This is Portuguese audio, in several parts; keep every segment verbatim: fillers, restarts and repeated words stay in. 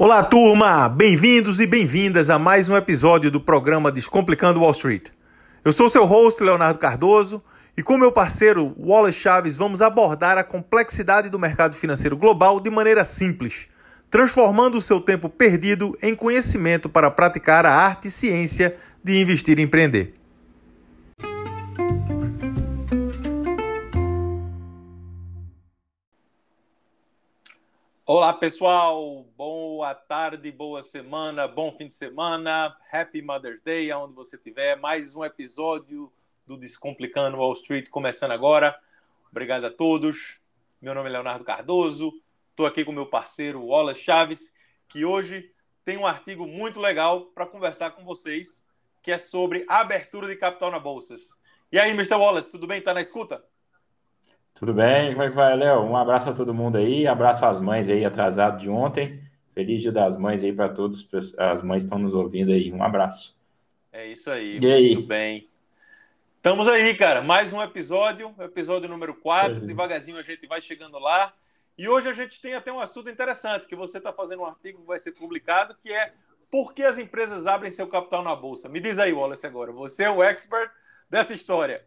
Olá, turma! Bem-vindos e bem-vindas a mais um episódio do programa Descomplicando Wall Street. Eu sou seu host, Leonardo Cardoso, e com meu parceiro Wallace Chaves vamos abordar a complexidade do mercado financeiro global de maneira simples, transformando o seu tempo perdido em conhecimento para praticar a arte e ciência de investir e empreender. Olá, pessoal! Boa tarde, boa semana, bom fim de semana, Happy Mother's Day, aonde você estiver. Mais um episódio do Descomplicando Wall Street começando agora. Obrigado a todos. Meu nome é Leonardo Cardoso, estou aqui com meu parceiro Wallace Chaves, que hoje tem um artigo muito legal para conversar com vocês, que é sobre a abertura de capital na Bolsa. E aí, mister Wallace, tudo bem? Tá na escuta? Tudo bem? Como é que vai, Léo? Um abraço a todo mundo aí, abraço às mães aí, atrasado de ontem. Feliz Dia das Mães aí para todos, as mães estão nos ouvindo aí. Um abraço. É isso aí, e aí? Muito bem. Estamos aí, cara, mais um episódio, episódio número quatro, devagarzinho a gente vai chegando lá. E hoje a gente tem até um assunto interessante, que você está fazendo um artigo que vai ser publicado, que é por que as empresas abrem seu capital na Bolsa. Me diz aí, Wallace, agora, você é o expert dessa história.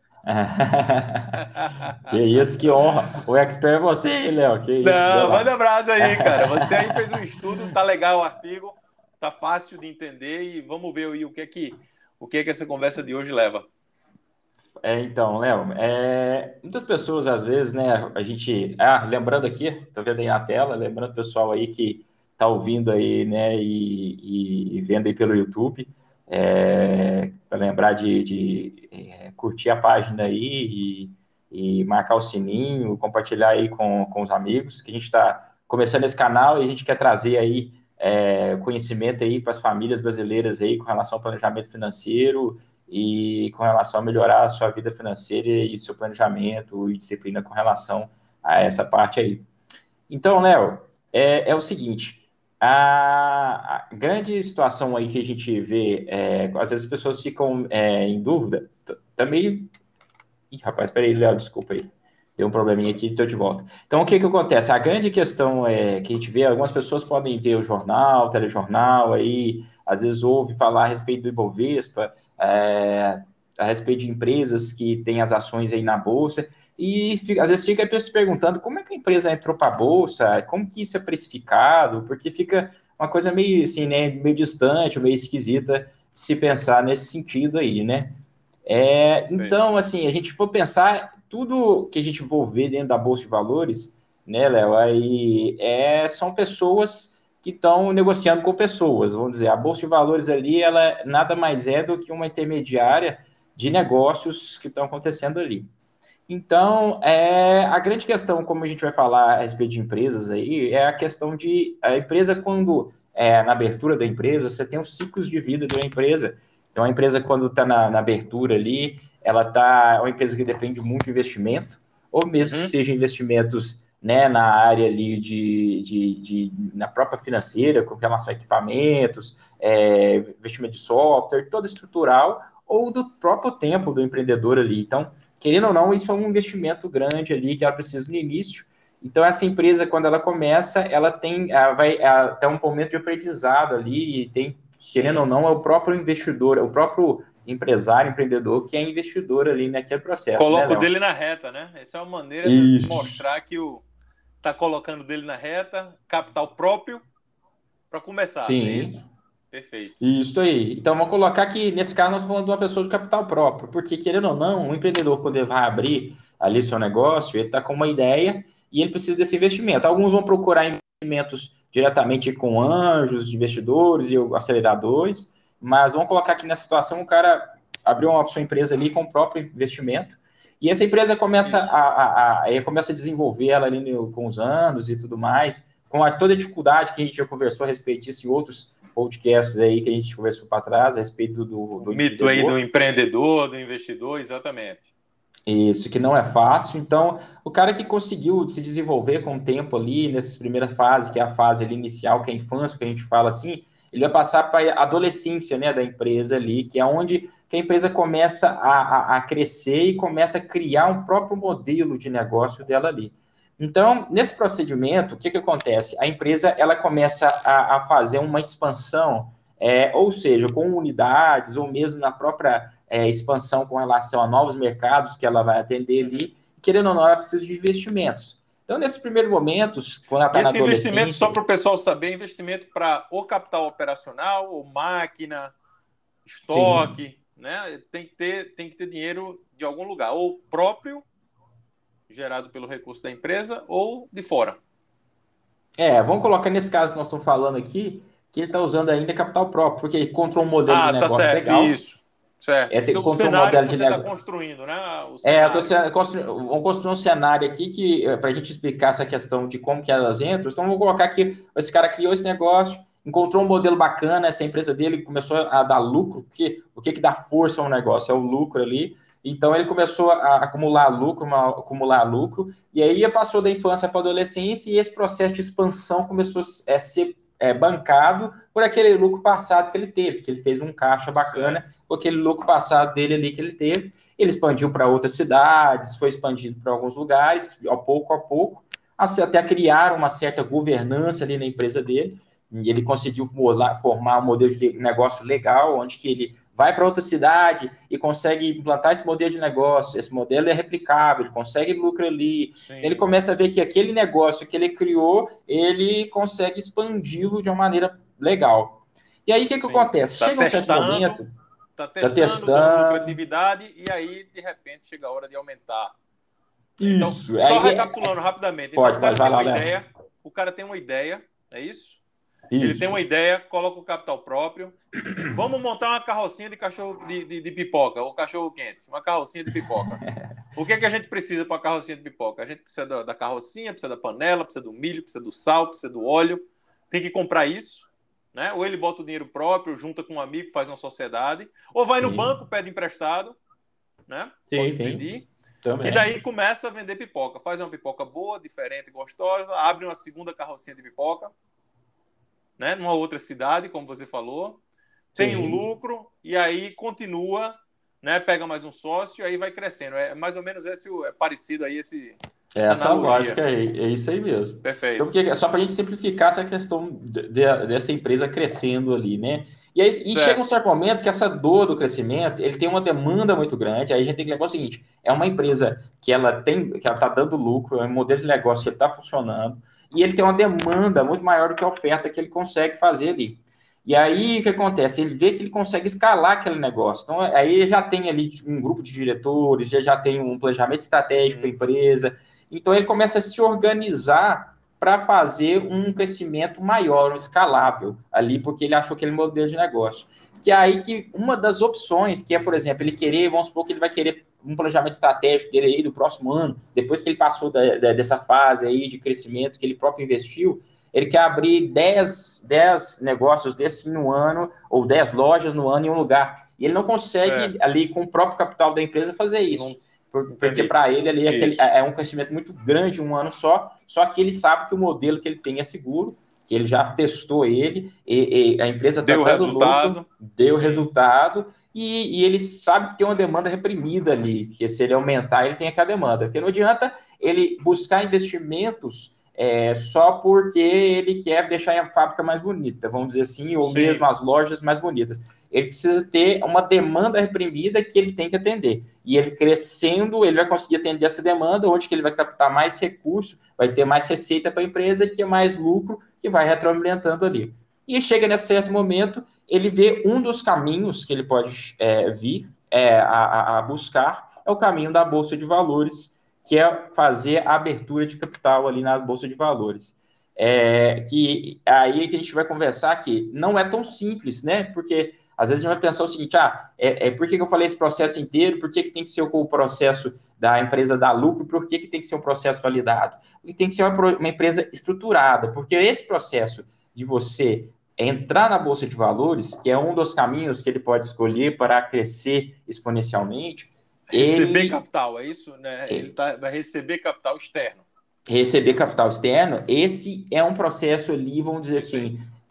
Que isso, que honra. O expert é você, Léo. Que isso. Não, manda abraço aí, cara. Você aí fez um estudo, tá legal o artigo, tá fácil de entender e vamos ver aí o que é que, o que, é que essa conversa de hoje leva. É, então, Léo, é, muitas pessoas às vezes, né, a gente, ah, lembrando aqui, tô vendo aí na tela, lembrando o pessoal aí que tá ouvindo aí, né, e, e vendo aí pelo YouTube, é, para lembrar de, de é, curtir a página aí e, e marcar o sininho, compartilhar aí com, com os amigos, que a gente está começando esse canal e a gente quer trazer aí é, conhecimento aí para as famílias brasileiras aí com relação ao planejamento financeiro e com relação a melhorar a sua vida financeira e seu planejamento e disciplina com relação a essa parte aí. Então, Léo, é, é o seguinte, a, a grande situação aí que a gente vê, é, às vezes as pessoas ficam é, em dúvida, também... Ih, rapaz, peraí, Léo, desculpa aí. Deu um probleminha aqui, estou de volta. Então, o que que acontece? A grande questão é que a gente vê, algumas pessoas podem ver o jornal, o telejornal, aí, às vezes ouve falar a respeito do Ibovespa, é, a respeito de empresas que têm as ações aí na Bolsa, e fica, às vezes fica se perguntando como é que a empresa entrou para a Bolsa, como que isso é precificado, porque fica uma coisa meio assim, né, meio distante, meio esquisita se pensar nesse sentido aí, né? É, então, assim, a gente for pensar, tudo que a gente for ver dentro da Bolsa de Valores, né, Léo, aí é, são pessoas que estão negociando com pessoas, vamos dizer, a Bolsa de Valores ali, ela nada mais é do que uma intermediária de negócios que estão acontecendo ali. Então, é, a grande questão, como a gente vai falar a respeito de empresas aí, é a questão de, a empresa quando, é, na abertura da empresa, você tem os ciclos de vida de uma empresa. Então, a empresa, quando está na, na abertura ali, ela está, é uma empresa que depende muito de investimento, ou mesmo uhum. que sejam investimentos, né, na área ali de, de, de, na própria financeira, com relação a equipamentos, é, investimento de software, todo estrutural, ou do próprio tempo do empreendedor ali. Então, querendo ou não, isso é um investimento grande ali que ela precisa no início. Então, essa empresa, quando ela começa, ela tem, ela vai até um momento de aprendizado ali, e tem, Sim. querendo ou não, é o próprio investidor, é o próprio empresário, empreendedor, que é investidor ali naquele processo. Coloca né, o dele na reta, né? Essa é uma maneira Isso. de mostrar que o tá colocando dele na reta, capital próprio, para começar, Sim. é isso? Perfeito. Isso aí. Então, vamos colocar que, nesse caso, nós estamos falando de uma pessoa de capital próprio, porque, querendo ou não, um empreendedor, quando ele vai abrir ali seu negócio, ele está com uma ideia e ele precisa desse investimento. Alguns vão procurar investimentos diretamente com anjos, investidores e aceleradores, mas vamos colocar aqui nessa situação, o cara abriu uma sua empresa ali com o próprio investimento, e essa empresa começa a, a, a, começa a desenvolver ela ali no, com os anos e tudo mais, com a, toda a dificuldade que a gente já conversou a respeito disso em outros podcasts aí que a gente conversou para trás, a respeito do... do o mito aí do empreendedor, do investidor, exatamente. Isso, que não é fácil. Então, o cara que conseguiu se desenvolver com o tempo ali, nessa primeira fase, que é a fase ali inicial, que é a infância, que a gente fala assim, ele vai passar para a adolescência, né, da empresa ali, que é onde que a empresa começa a, a, a crescer e começa a criar um próprio modelo de negócio dela ali. Então, nesse procedimento, o que, que acontece? A empresa ela começa a, a fazer uma expansão, é, ou seja, com unidades, ou mesmo na própria é, expansão com relação a novos mercados que ela vai atender ali, querendo ou não, ela precisa de investimentos. Então, nesses primeiros momentos, quando ela está na Esse investimento, adolescência... só para o pessoal saber, investimento para o capital operacional, ou máquina, estoque, sim, né? Tem que ter, tem que ter dinheiro de algum lugar, ou próprio, gerado pelo recurso da empresa, ou de fora. É, vamos colocar nesse caso que nós estamos falando aqui, que ele está usando ainda capital próprio, porque ele encontrou um modelo ah, de negócio tá certo, legal. Isso, certo. É, Isso é o cenário que você está construindo, né? O é, eu tô constru... vamos construir um cenário aqui que para a gente explicar essa questão de como que elas entram. Então, vamos colocar que esse cara criou esse negócio, encontrou um modelo bacana, essa empresa dele começou a dar lucro, porque o que, que dá força ao negócio? É o lucro ali. Então, ele começou a acumular lucro, uma, acumular lucro, e aí passou da infância para a adolescência, e esse processo de expansão começou a ser é, bancado por aquele lucro passado que ele teve, que ele fez um caixa bacana certo. Com aquele lucro passado dele ali que ele teve. Ele expandiu para outras cidades, foi expandido para alguns lugares, a pouco a pouco, até criar uma certa governança ali na empresa dele, e ele conseguiu formar um modelo de negócio legal, onde que ele vai para outra cidade e consegue implantar esse modelo de negócio, esse modelo é replicável, ele consegue lucro ali, então ele começa a ver que aquele negócio que ele criou, ele consegue expandi-lo de uma maneira legal. E aí, o que que Sim. acontece? Tá chega testando, um certo momento... Está testando, tá testando. Dando lucratividade, e aí, de repente, chega a hora de aumentar. Isso. Então, só aí, recapitulando é... rapidamente. Pode, então, o cara vai tem lá, uma né? ideia, o cara tem uma ideia, é isso? Isso. Ele tem uma ideia, coloca o capital próprio. Vamos montar uma carrocinha de cachorro de, de, de pipoca, ou cachorro quente, uma carrocinha de pipoca. O que é que a gente precisa para a carrocinha de pipoca? A gente precisa da, da carrocinha, precisa da panela, precisa do milho, precisa do sal, precisa do óleo. Tem que comprar isso, né? Ou ele bota o dinheiro próprio, junta com um amigo, faz uma sociedade, ou vai sim. no banco, pede emprestado, né? Sim, Pode sim. pedir. Também. E daí começa a vender pipoca. Faz uma pipoca boa, diferente, gostosa, abre uma segunda carrocinha de pipoca, né? Numa outra cidade, como você falou, tem o um lucro, e aí continua, né? Pega mais um sócio, aí vai crescendo. É mais ou menos esse, é parecido aí esse, essa, essa lógica é, é isso aí mesmo. Perfeito. Então, porque, só para a gente simplificar essa questão de, de, dessa empresa crescendo ali, né? E, aí, e chega um certo momento que essa dor do crescimento, ele tem uma demanda muito grande, aí a gente tem que lembrar o seguinte, é uma empresa que ela tem, que ela está dando lucro, é um modelo de negócio que está funcionando, e ele tem uma demanda muito maior do que a oferta que ele consegue fazer ali. E aí, o que acontece? Ele vê que ele consegue escalar aquele negócio. Então, aí ele já tem ali um grupo de diretores, já, já tem um planejamento estratégico para a empresa. Então, ele começa a se organizar para fazer um crescimento maior, um escalável ali, porque ele achou aquele modelo de negócio. Que é aí que uma das opções, que é, por exemplo, ele querer, vamos supor que ele vai querer um planejamento estratégico dele aí do próximo ano, depois que ele passou da, da, dessa fase aí de crescimento que ele próprio investiu, ele quer abrir dez, dez negócios desses no ano, ou dez lojas no ano em um lugar. E ele não consegue, certo. ali, com o próprio capital da empresa, fazer isso. Não, porque para ele ali é, aquele, é um crescimento muito grande um ano só, só que ele sabe que o modelo que ele tem é seguro, que ele já testou ele, e, e a empresa deu tá resultado, lucro, deu sim. resultado, e, e ele sabe que tem uma demanda reprimida ali, que se ele aumentar, ele tem aquela demanda. Porque não adianta ele buscar investimentos é, só porque ele quer deixar a fábrica mais bonita, vamos dizer assim, ou sim. mesmo as lojas mais bonitas. Ele precisa ter uma demanda reprimida que ele tem que atender. E ele crescendo, ele vai conseguir atender essa demanda, onde que ele vai captar mais recurso, vai ter mais receita para a empresa, que é mais lucro, que vai retroalimentando ali. E chega nesse certo momento, ele vê um dos caminhos que ele pode é, vir é, a, a buscar, é o caminho da Bolsa de Valores, que é fazer a abertura de capital ali na Bolsa de Valores. É, que aí que a gente vai conversar que não é tão simples, né? Porque às vezes a gente vai pensar o seguinte, ah, é, é, por que, que eu falei esse processo inteiro? Por que, que tem que ser o processo da empresa dar lucro? Por que, que tem que ser um processo validado? Porque tem que ser uma, uma empresa estruturada, porque esse processo de você entrar na Bolsa de Valores, que é um dos caminhos que ele pode escolher para crescer exponencialmente, receber ele, capital, é isso? Né? Ele, ele tá, vai receber capital externo. Receber capital externo, esse é um processo ali, vamos dizer assim,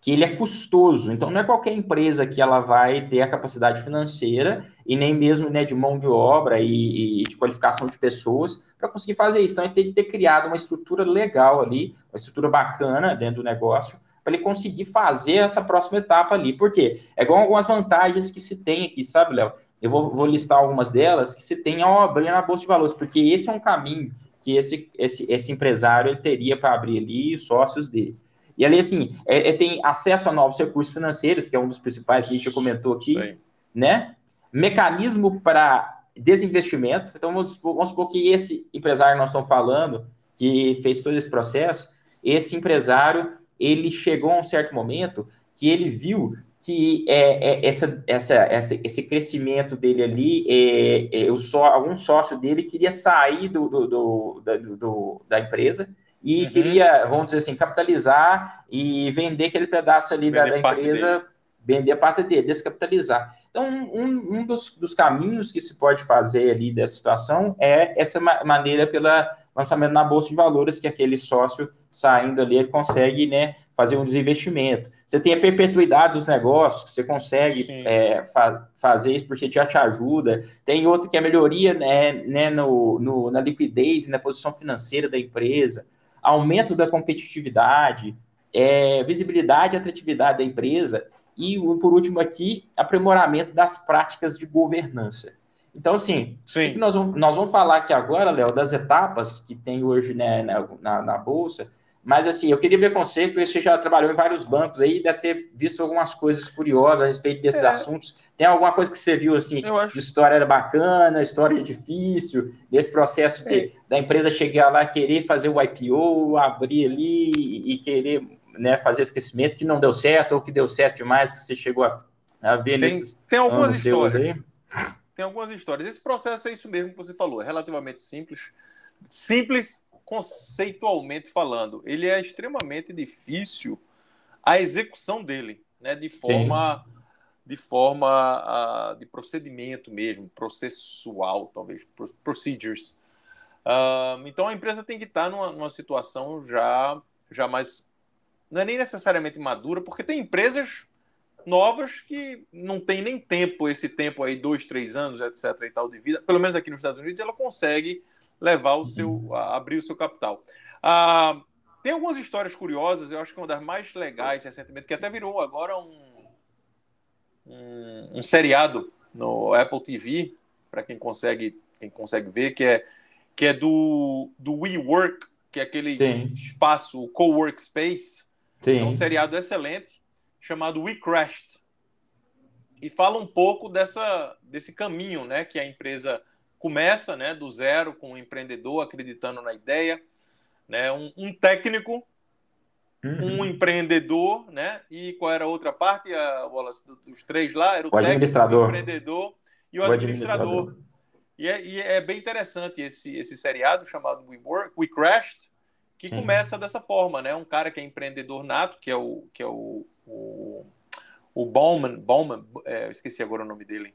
que ele é custoso. Então, não é qualquer empresa que ela vai ter a capacidade financeira e nem mesmo, né, de mão de obra e, e de qualificação de pessoas para conseguir fazer isso. Então, ele tem que ter criado uma estrutura legal ali, uma estrutura bacana dentro do negócio, para ele conseguir fazer essa próxima etapa ali. Por quê? É igual algumas vantagens que se tem aqui, sabe, Léo? Eu vou, vou listar algumas delas que se tem ao abrir na Bolsa de Valores, porque esse é um caminho que esse, esse, esse empresário ele teria para abrir ali os sócios dele. E ali, assim, é, é, tem acesso a novos recursos financeiros, que é um dos principais que a gente já comentou aqui, né? Mecanismo para desinvestimento. Então, vamos, vamos supor que esse empresário que nós estamos falando, que fez todo esse processo, esse empresário, ele chegou a um certo momento que ele viu que é, é, essa, essa, essa, esse crescimento dele ali, é, é, o só, algum sócio dele queria sair do, do, do, da, do da empresa e uhum. queria, vamos dizer assim, capitalizar e vender aquele pedaço ali da, da empresa, dele. Vender a parte dele, descapitalizar. Então, um, um dos, dos caminhos que se pode fazer ali dessa situação é essa ma- maneira pelo lançamento na Bolsa de Valores, que aquele sócio saindo ali, ele consegue, né, fazer um desinvestimento. Você tem a perpetuidade dos negócios, você consegue é, fa- fazer isso porque já te ajuda. Tem outro que é a melhoria, né, né, no, no, na liquidez e na posição financeira da empresa, aumento da competitividade, é, visibilidade e atratividade da empresa e, por último aqui, aprimoramento das práticas de governança. Então, assim, Sim. o que nós vamos, nós vamos falar aqui agora, Léo, das etapas que tem hoje, né, na, na, na Bolsa. Mas, assim, eu queria ver com você, porque você já trabalhou em vários bancos aí, deve ter visto algumas coisas curiosas a respeito desses é. assuntos. Tem alguma coisa que você viu, assim, acho... de história bacana, história difícil, desse processo de, é. da empresa chegar lá, querer fazer o I P O, abrir ali e, e querer, né, fazer esse crescimento que não deu certo ou que deu certo demais, que você chegou a, a ver tem, nesses tem algumas histórias aí? Tem algumas histórias. Esse processo é isso mesmo que você falou, é relativamente simples. Simples conceitualmente falando. Ele é extremamente difícil a execução dele, né? De forma, de forma uh, de procedimento mesmo, processual, talvez, procedures. Uh, então a empresa tem que estar numa, numa situação já, já mais... Não é nem necessariamente madura, porque tem empresas novas que não tem nem tempo, esse tempo aí, dois, três anos, etc e tal de vida, pelo menos aqui nos Estados Unidos, ela consegue levar o seu, a, abrir o seu capital. Ah, tem algumas histórias curiosas, eu acho que uma das mais legais recentemente, que até virou agora um, um, um seriado no Apple T V, para quem consegue, quem consegue ver, que é, que é do, do WeWork, que é aquele Sim. espaço, o Cowork Space. Sim. É um seriado excelente, chamado We Crashed, e fala um pouco dessa, desse caminho, né, que a empresa começa, né, do zero, com um empreendedor acreditando na ideia, né, um, um técnico, uhum. um empreendedor, né, e qual era a outra parte, a, Wallace, dos três lá? Era o, o técnico, administrador. o empreendedor e o, o administrador. administrador. E é, e é bem interessante esse, esse seriado chamado We, Work, We Crashed, que Sim. começa dessa forma, né, um cara que é empreendedor nato, que é o... Que é o, o O Bauman, Bauman é, eu esqueci agora o nome dele,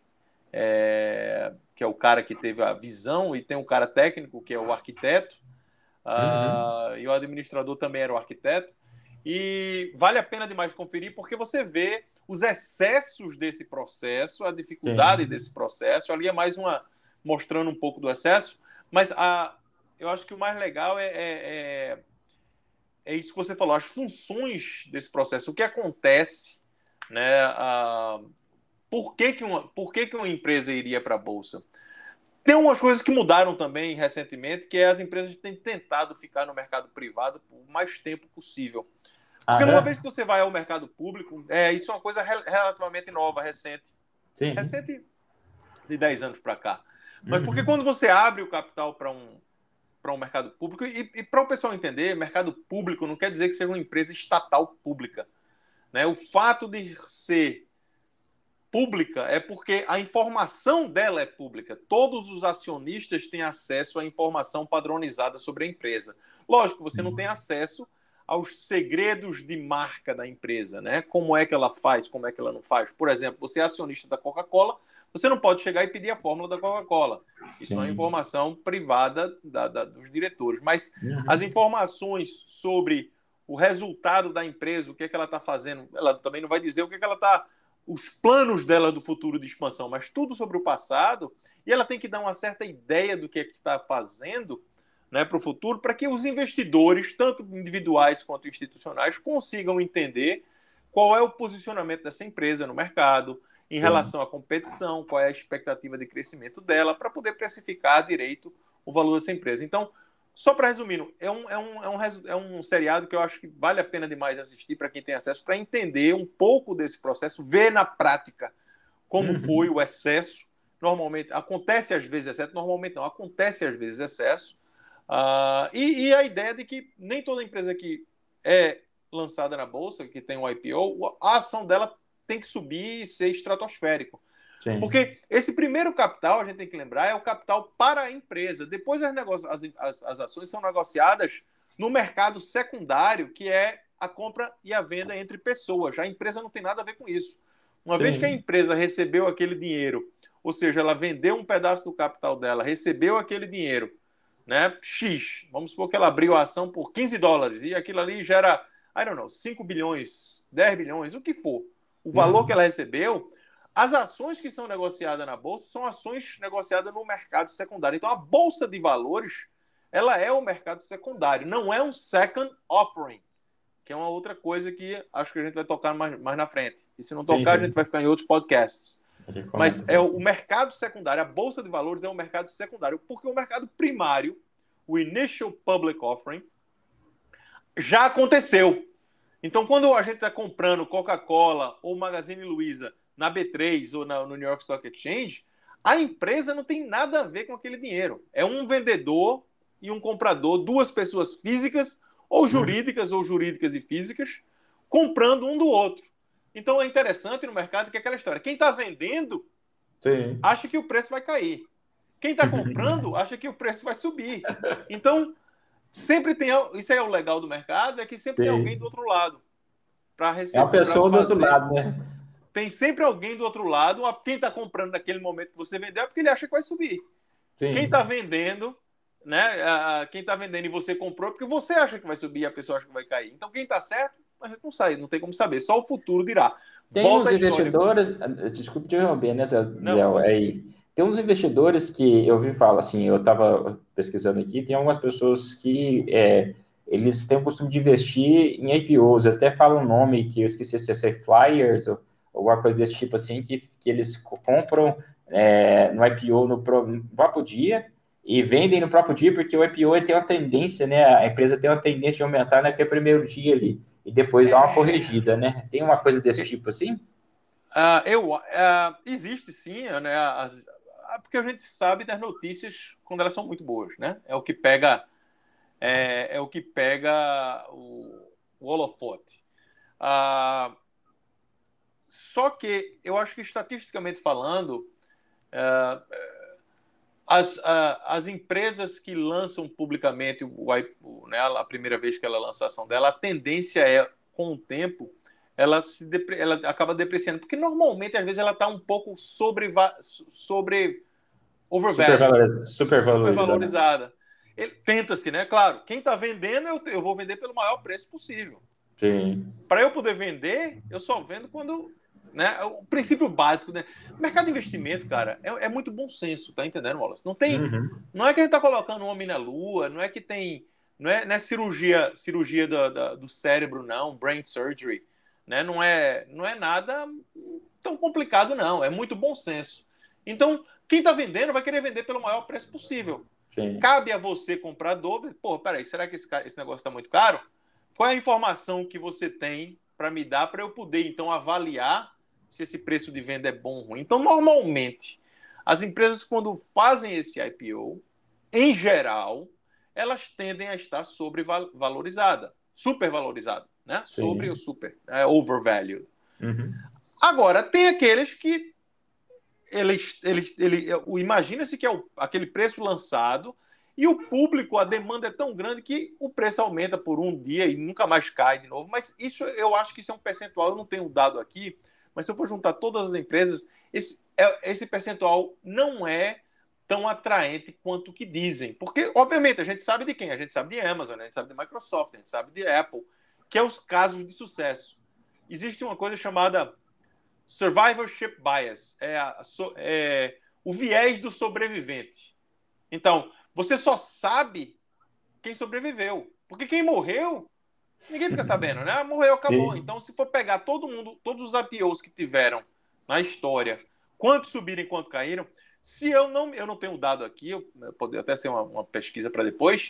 é, que é o cara que teve a visão, e tem um cara técnico, que é o arquiteto, uhum. uh, e o administrador também era o arquiteto. E vale a pena demais conferir, porque você vê os excessos desse processo, a dificuldade Sim. desse processo. Ali é mais uma, mostrando um pouco do excesso, mas a, eu acho que o mais legal é, é, é, é isso que você falou, as funções desse processo, o que acontece, né? Ah, por que, que, uma, por que, que uma empresa iria para a Bolsa? Tem umas coisas que mudaram também recentemente, que é as empresas têm tentado ficar no mercado privado por mais tempo possível. Porque ah, uma é? vez que você vai ao mercado público, é, isso é uma coisa re- relativamente nova, recente. Sim. Recente de dez anos para cá. Mas porque uhum. quando você abre o capital para um, para um mercado público, e, e para o pessoal entender, mercado público não quer dizer que seja uma empresa estatal pública. Né? O fato de ser pública é porque a informação dela é pública. Todos os acionistas têm acesso à informação padronizada sobre a empresa. Lógico, você não tem acesso aos segredos de marca da empresa, né? Como é que ela faz, como é que ela não faz. Por exemplo, você é acionista da Coca-Cola, você não pode chegar e pedir a fórmula da Coca-Cola. Isso Sim. é uma informação privada da, da, dos diretores. Mas uhum. as informações sobre o resultado da empresa, o que é que ela está fazendo. Ela também não vai dizer o que é que ela está, os planos dela do futuro de expansão, mas tudo sobre o passado, e ela tem que dar uma certa ideia do que é que está fazendo, né, para o futuro, para que os investidores, tanto individuais quanto institucionais, consigam entender qual é o posicionamento dessa empresa no mercado, em relação à competição, qual é a expectativa de crescimento dela, para poder precificar direito o valor dessa empresa. Então, só para resumir, é um, é, um, é, um, é um seriado que eu acho que vale a pena demais assistir para quem tem acesso, para entender um pouco desse processo, ver na prática como uhum. foi o excesso. Normalmente, acontece às vezes excesso, normalmente não, acontece às vezes excesso. Uh, e, e a ideia de que nem toda empresa que é lançada na Bolsa, que tem um I P O, a ação dela tem que subir e ser estratosférico. Sim. Porque esse primeiro capital, a gente tem que lembrar, é o capital para a empresa. Depois as, negoci- as, as, as ações são negociadas no mercado secundário, que é a compra e a venda entre pessoas. A empresa não tem nada a ver com isso. Uma Sim. vez que a empresa recebeu aquele dinheiro, ou seja, ela vendeu um pedaço do capital dela, recebeu aquele dinheiro, né, X, vamos supor que ela abriu a ação por quinze dólares, e aquilo ali gera, I don't know, cinco bilhões, dez bilhões, o que for. O valor uhum. que ela recebeu, as ações que são negociadas na Bolsa são ações negociadas no mercado secundário. Então, a Bolsa de Valores, ela é o mercado secundário, não é um second offering, que é uma outra coisa que acho que a gente vai tocar mais, mais na frente. E se não tocar, sim, sim. a gente vai ficar em outros podcasts. Mas é o mercado secundário, a Bolsa de Valores é o mercado secundário, porque o mercado primário, o Initial Public Offering, já aconteceu. Então, quando a gente está comprando Coca-Cola ou Magazine Luiza na B três ou na, no New York Stock Exchange, a empresa não tem nada a ver com aquele dinheiro. É um vendedor e um comprador, duas pessoas físicas ou jurídicas hum. ou jurídicas e físicas, comprando um do outro. Então, é interessante no mercado que é aquela história. Quem está vendendo Sim. acha que o preço vai cair. Quem está comprando acha que o preço vai subir. Então, sempre tem... Isso aí é o legal do mercado, é que sempre Sim. tem alguém do outro lado para receber. É uma pessoa do outro lado, né? Tem sempre alguém do outro lado. Quem está comprando naquele momento que você vendeu é porque ele acha que vai subir. Sim. Quem está vendendo, né? Quem está vendendo e você comprou é porque você acha que vai subir e a pessoa acha que vai cair. Então, quem está certo, a gente não sabe, não tem como saber. Só o futuro dirá. Tem Volta uns investidores... Desculpe te interromper, né, Zé? Léo? Aí, tem uns investidores que eu vi falar, assim, eu estava pesquisando aqui, tem algumas pessoas que é, eles têm o costume de investir em I P Os, até falam um nome que eu esqueci se é Flyers ou alguma coisa desse tipo assim, que, que eles compram é, no I P O no, no próprio dia e vendem no próprio dia, porque o I P O tem uma tendência, né, a empresa tem uma tendência de aumentar naquele primeiro dia ali, e depois dá uma corrigida, né? Tem uma coisa desse tipo assim? Uh, eu, uh, existe sim, né, as, porque a gente sabe das notícias quando elas são muito boas, né? É o que pega, é, é o que pega o, o holofote. Uh, só que eu acho que estatisticamente falando, uh, as, uh, as empresas que lançam publicamente o, o, né, a primeira vez que ela lança a ação dela, a tendência é, com o tempo, ela, se depre, ela acaba depreciando, porque normalmente, às vezes, ela está um pouco sobre, sobre overvalued, supervalorizada. Ele tenta-se, né? Claro, quem está vendendo, eu, eu vou vender pelo maior preço possível. Sim. Para eu poder vender, eu só vendo quando... Né? O princípio básico, né? O mercado de investimento, cara, é, é muito bom senso, tá entendendo, Wallace? Não tem, uhum. não é que a gente tá colocando um homem na lua, não é que tem, não é, não é cirurgia, cirurgia do, do, do cérebro, não, brain surgery, né? Não é, não é nada tão complicado, não. É muito bom senso. Então, quem tá vendendo vai querer vender pelo maior preço possível. Sim. Cabe a você, comprador, pô, peraí, será que esse, esse negócio tá muito caro? Qual é a informação que você tem para me dar para eu poder, então, avaliar se esse preço de venda é bom ou ruim? Então, normalmente, as empresas, quando fazem esse I P O, em geral, elas tendem a estar sobrevalorizadas, supervalorizadas, né? Sim. Sobre o super, é, overvalued. Uhum. Agora, tem aqueles que eles, eles, ele, imagina-se que é o, aquele preço lançado e o público, a demanda é tão grande que o preço aumenta por um dia e nunca mais cai de novo. Mas isso, eu acho que isso é um percentual, eu não tenho dado aqui, mas se eu for juntar todas as empresas, esse, esse percentual não é tão atraente quanto o que dizem. Porque, obviamente, a gente sabe de quem? A gente sabe de Amazon, a gente sabe de Microsoft, a gente sabe de Apple. que é os casos de sucesso. Existe uma coisa chamada survivorship bias, é, a, é o viés do sobrevivente. Então, você só sabe quem sobreviveu, porque quem morreu, ninguém fica sabendo, né? Morreu, acabou. Sim. Então, se for pegar todo mundo, todos os I P Os que tiveram na história, quantos subiram e quantos caíram, se eu não, eu não tenho o dado aqui, eu, pode até ser uma, uma pesquisa para depois,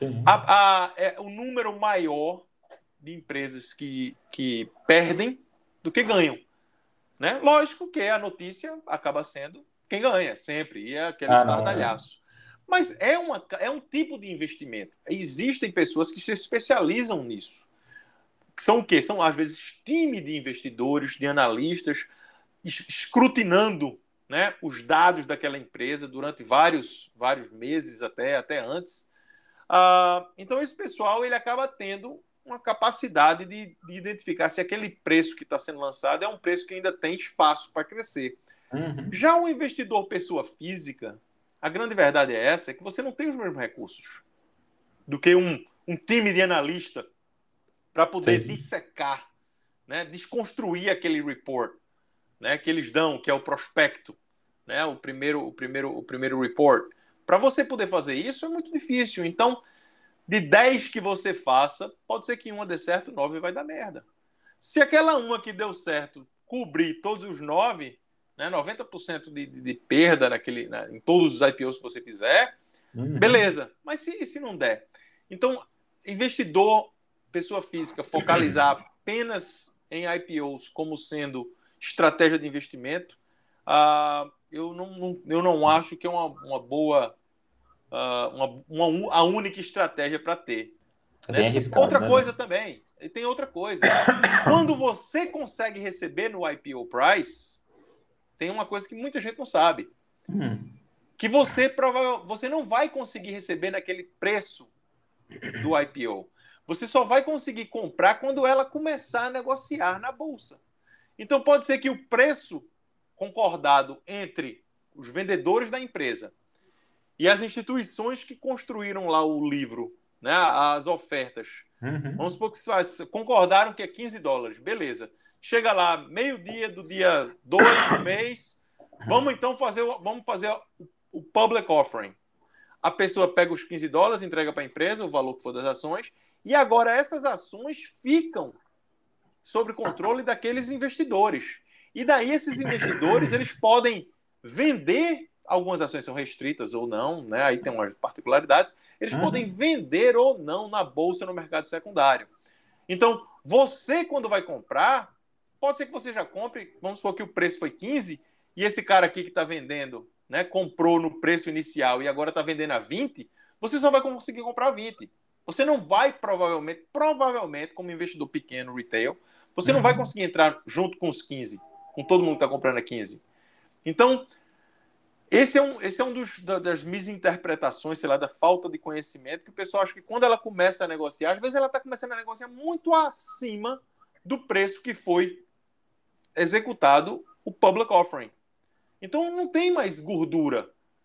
a, a, é o número maior de empresas que, que perdem do que ganham. Né? Lógico que a notícia acaba sendo quem ganha, sempre, e é aquele ah, estardalhaço. Mas é, uma, é um tipo de investimento. Existem pessoas que se especializam nisso. São o quê? São, às vezes, time de investidores, de analistas, escrutinando, né, os dados daquela empresa durante vários, vários meses, até, até antes. Ah, então, esse pessoal ele acaba tendo uma capacidade de, de identificar se aquele preço que está sendo lançado é um preço que ainda tem espaço para crescer. Uhum. Já um investidor pessoa física, a grande verdade é essa, é que você não tem os mesmos recursos do que um, um time de analista para poder Sim. dissecar, né, desconstruir aquele report, né, que eles dão, que é o prospecto, né, o primeiro, o primeiro, o primeiro report. Para você poder fazer isso é muito difícil. Então, de dez que você faça, pode ser que uma dê certo, nove vai dar merda. Se aquela uma que deu certo cobrir todos os nove, né, noventa por cento de, de, de perda naquele, né, em todos os I P Os que você fizer, uhum. beleza. Mas se, se não der? Então, investidor, pessoa física, focalizar apenas em I P Os como sendo estratégia de investimento, uh, eu, não, não, eu não acho que é uma, uma boa... Uh, uma, uma, a única estratégia para ter. É né? bem arriscado, outra né? coisa também, e tem outra coisa. Quando você consegue receber no I P O Price, tem uma coisa que muita gente não sabe. Hum. Que você, prova- você não vai conseguir receber naquele preço do I P O. Você só vai conseguir comprar quando ela começar a negociar na bolsa. Então pode ser que o preço concordado entre os vendedores da empresa e as instituições que construíram lá o livro, né, as ofertas, uhum. vamos supor que concordaram que é quinze dólares, beleza. Chega lá, meio-dia do dia dois do mês, vamos então fazer, vamos fazer o, o public offering. A pessoa pega os quinze dólares, entrega para a empresa, o valor que for das ações, e agora essas ações ficam sob controle daqueles investidores. E daí esses investidores eles podem vender. Algumas ações são restritas ou não, né? Aí tem umas particularidades. Eles uhum. podem vender ou não na bolsa no mercado secundário. Então, você, quando vai comprar, pode ser que você já compre, vamos supor que o preço foi quinze, e esse cara aqui que está vendendo, né, comprou no preço inicial e agora está vendendo a vinte, você só vai conseguir comprar a vinte. Você não vai, provavelmente, provavelmente, como investidor pequeno, retail, você uhum. não vai conseguir entrar junto com os quinze, com todo mundo que está comprando a quinze. Então, Esse é um, esse é um dos, das misinterpretações, sei lá, da falta de conhecimento, que o pessoal acha que quando ela começa a negociar, às vezes ela está começando a negociar muito acima do preço que foi executado o public offering. Então não tem mais gordura,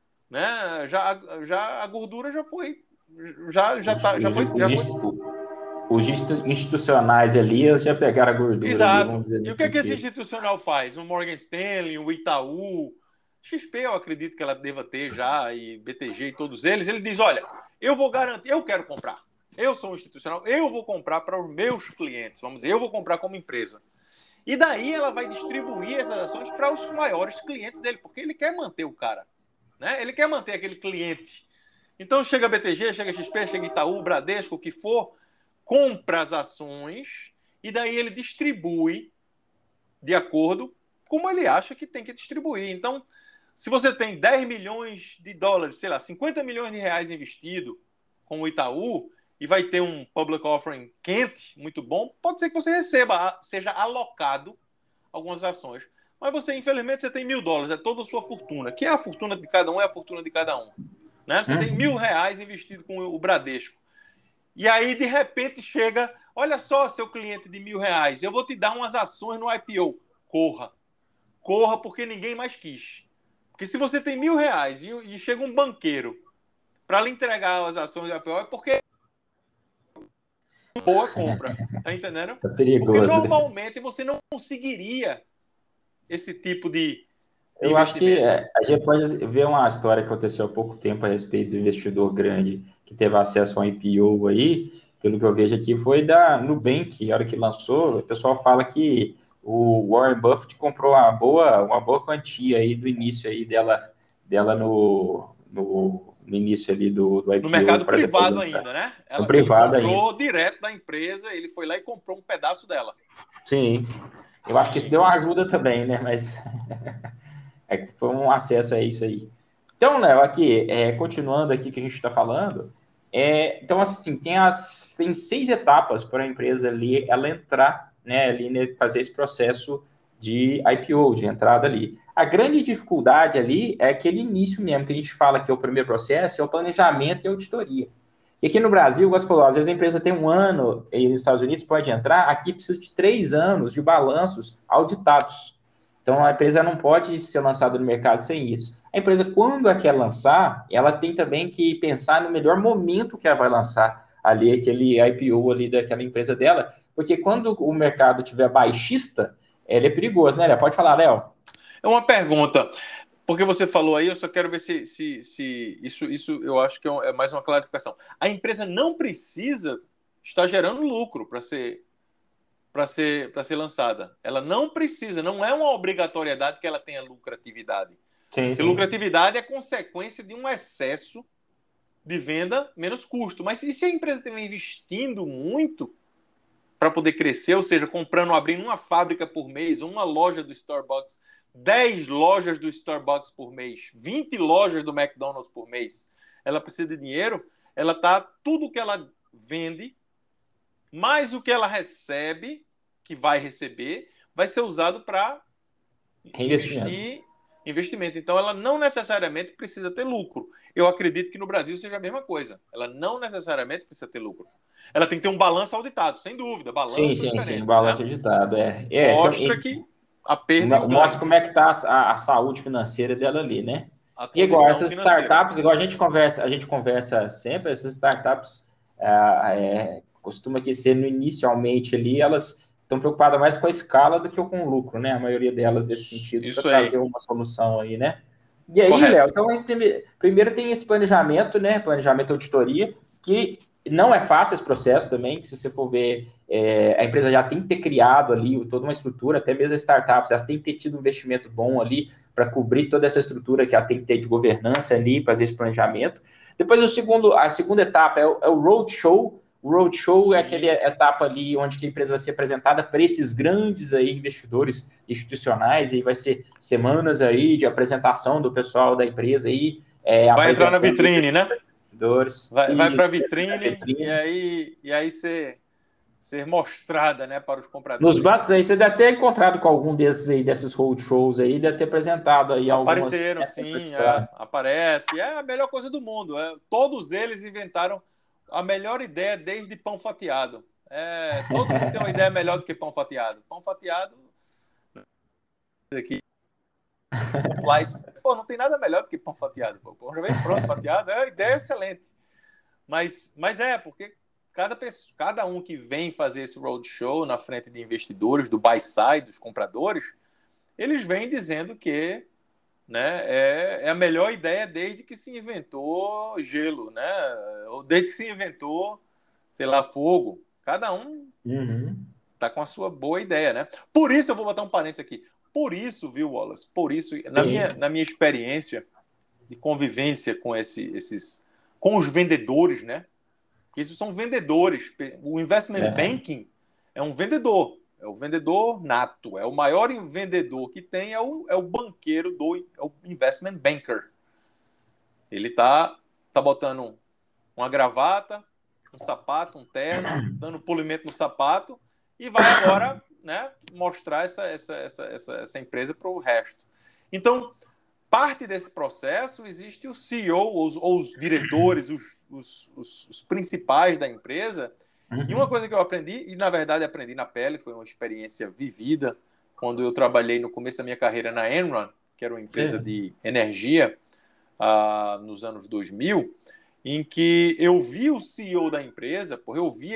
né? Já, já a gordura já foi, já já tá, já foi, já foi... Os institucionais ali já pegaram a gordura. Exato. Ali, e o que é que esse institucional faz? O Morgan Stanley, o Itaú, X P, eu acredito que ela deva ter já, e B T G e todos eles. Ele diz, olha, eu vou garantir, eu quero comprar. Eu sou um institucional, eu vou comprar para os meus clientes, vamos dizer, eu vou comprar como empresa. E daí ela vai distribuir essas ações para os maiores clientes dele, porque ele quer manter o cara, né? Ele quer manter aquele cliente. Então chega B T G, chega X P, chega Itaú, Bradesco, o que for, compra as ações e daí ele distribui de acordo como ele acha que tem que distribuir. Então, se você tem dez milhões de dólares, sei lá, cinquenta milhões de reais investido com o Itaú e vai ter um public offering quente, muito bom, pode ser que você receba, seja alocado algumas ações. Mas você, infelizmente, você tem mil dólares, é toda a sua fortuna. Que é a fortuna de cada um, é a fortuna de cada um. Né? Você uhum. tem mil reais investido com o Bradesco. E aí, de repente, chega, olha só, seu cliente de mil reais, eu vou te dar umas ações no I P O. Corra. Corra, porque ninguém mais quis. Porque se você tem mil reais e, e chega um banqueiro para lhe entregar as ações do I P O, é porque... boa compra, tá entendendo? Tá perigoso, porque né? normalmente você não conseguiria esse tipo de, de Eu acho que investimento. é, a gente pode ver uma história que aconteceu há pouco tempo a respeito do investidor grande que teve acesso a um I P O aí, pelo que eu vejo aqui, foi da Nubank, a hora que lançou, o pessoal fala que o Warren Buffett comprou uma boa, uma boa quantia aí do início aí dela, dela no, no, no início ali do, do No I P O mercado para depois privado lançar. ainda, né? No Ela, ele privado ainda. comprou direto da empresa, ele foi lá e comprou um pedaço dela. Sim. Eu acho que isso deu uma ajuda também, né? Mas é que foi um acesso a isso aí. Então, Léo, aqui, é, continuando aqui que a gente está falando, é, então, assim, tem, as, tem seis etapas para a empresa ali, ela entrar, né, ali, né, fazer esse processo de I P O, de entrada ali. A grande dificuldade ali é aquele início mesmo, que a gente fala que é o primeiro processo, é o planejamento e a auditoria. E aqui no Brasil, você falou, às vezes a empresa tem um ano, e nos Estados Unidos pode entrar, aqui precisa de três anos de balanços auditados. Então, a empresa não pode ser lançada no mercado sem isso. A empresa, quando ela quer lançar, ela tem também que pensar no melhor momento que ela vai lançar ali aquele I P O ali daquela empresa dela, porque quando o mercado tiver baixista, ele é perigoso, né, Léo? Pode falar, Léo. É uma pergunta, porque você falou aí, eu só quero ver se, se, se isso, isso eu acho que é mais uma clarificação. A empresa não precisa estar gerando lucro para ser para ser, para ser lançada. Ela não precisa, não é uma obrigatoriedade que ela tenha lucratividade. Sim, Porque sim. lucratividade é consequência de um excesso de venda menos custo. Mas e se a empresa estiver investindo muito para poder crescer, ou seja, comprando, abrindo uma fábrica por mês, uma loja do Starbucks, dez lojas do Starbucks por mês, vinte lojas do McDonald's por mês, ela precisa de dinheiro, ela tá, tudo que ela vende, mais o que ela recebe, que vai receber, vai ser usado para investir investimento. Então, ela não necessariamente precisa ter lucro. Eu acredito que no Brasil seja a mesma coisa. Ela não necessariamente precisa ter lucro. Ela tem que ter um balanço auditado, sem dúvida. Balanço Sim, é sim, diferente. sim, balanço Né? auditado, é. é Mostra então, que a perda e o mostra ganho. como é que está a, a saúde financeira dela ali, né? A E igual condição essas financeira. startups, igual a gente conversa, a gente conversa sempre, essas startups ah, é, costuma que ser no, inicialmente ali, elas estão preocupadas mais com a escala do que com o lucro, né? A maioria delas nesse sentido, para Isso aí. trazer uma solução aí, né? E aí, Correto. Léo, então primeiro tem esse planejamento, né? Planejamento auditoria, que não é fácil esse processo também, que se você for ver, é, a empresa já tem que ter criado ali toda uma estrutura, até mesmo as startups, elas têm que ter tido um investimento bom ali para cobrir toda essa estrutura que ela tem que ter de governança ali, fazer esse planejamento. Depois, o segundo, a segunda etapa é o, é o roadshow. O roadshow Sim. é aquela etapa ali onde a empresa vai ser apresentada para esses grandes aí investidores institucionais, e vai ser semanas aí de apresentação do pessoal da empresa aí. É, vai entrar na vitrine, né? Vai, vai para a vitrine, vitrine e aí, e aí ser, ser mostrada, né, para os compradores. Nos bancos aí, você deve ter encontrado com algum desses aí, desses roadshows aí, deve ter apresentado aí Apareceram, algumas... sim, é, aparece. É a melhor coisa do mundo. É, todos eles inventaram a melhor ideia desde pão fatiado. É, todo mundo tem uma ideia melhor do que pão fatiado. Pão fatiado... Aqui. Slice. Pô, não tem nada melhor do que pão fatiado. Pô, pão já vem pronto, fatiado. É uma ideia excelente. Mas, mas é, porque cada, pessoa, cada um que vem fazer esse roadshow na frente de investidores, do buy side, dos compradores, eles vêm dizendo que, né, é, é a melhor ideia desde que se inventou gelo, né? Ou desde que se inventou, sei lá, fogo. Cada um uhum. tá com a sua boa ideia, né? Por isso, eu vou botar um parênteses aqui. Por isso, viu, Wallace? Por isso, na minha, na minha experiência de convivência com esse, esses... com os vendedores, né? Porque isso são vendedores. O investment é. banking é um vendedor. É o vendedor nato. É o maior vendedor que tem, é o, é o banqueiro do é o investment banker. Ele tá, tá botando uma gravata, um sapato, um terno, dando polimento no sapato e vai agora, né, mostrar essa, essa, essa, essa, essa empresa para o resto. Então, parte desse processo existe o C E O, ou os, ou os diretores, os, os, os, os principais da empresa. Uhum. E uma coisa que eu aprendi, e na verdade aprendi na pele, foi uma experiência vivida, quando eu trabalhei no começo da minha carreira na Enron, que era uma empresa Sim. de energia, uh, nos anos dois mil, em que eu vi o C E O da empresa, porque eu vi ele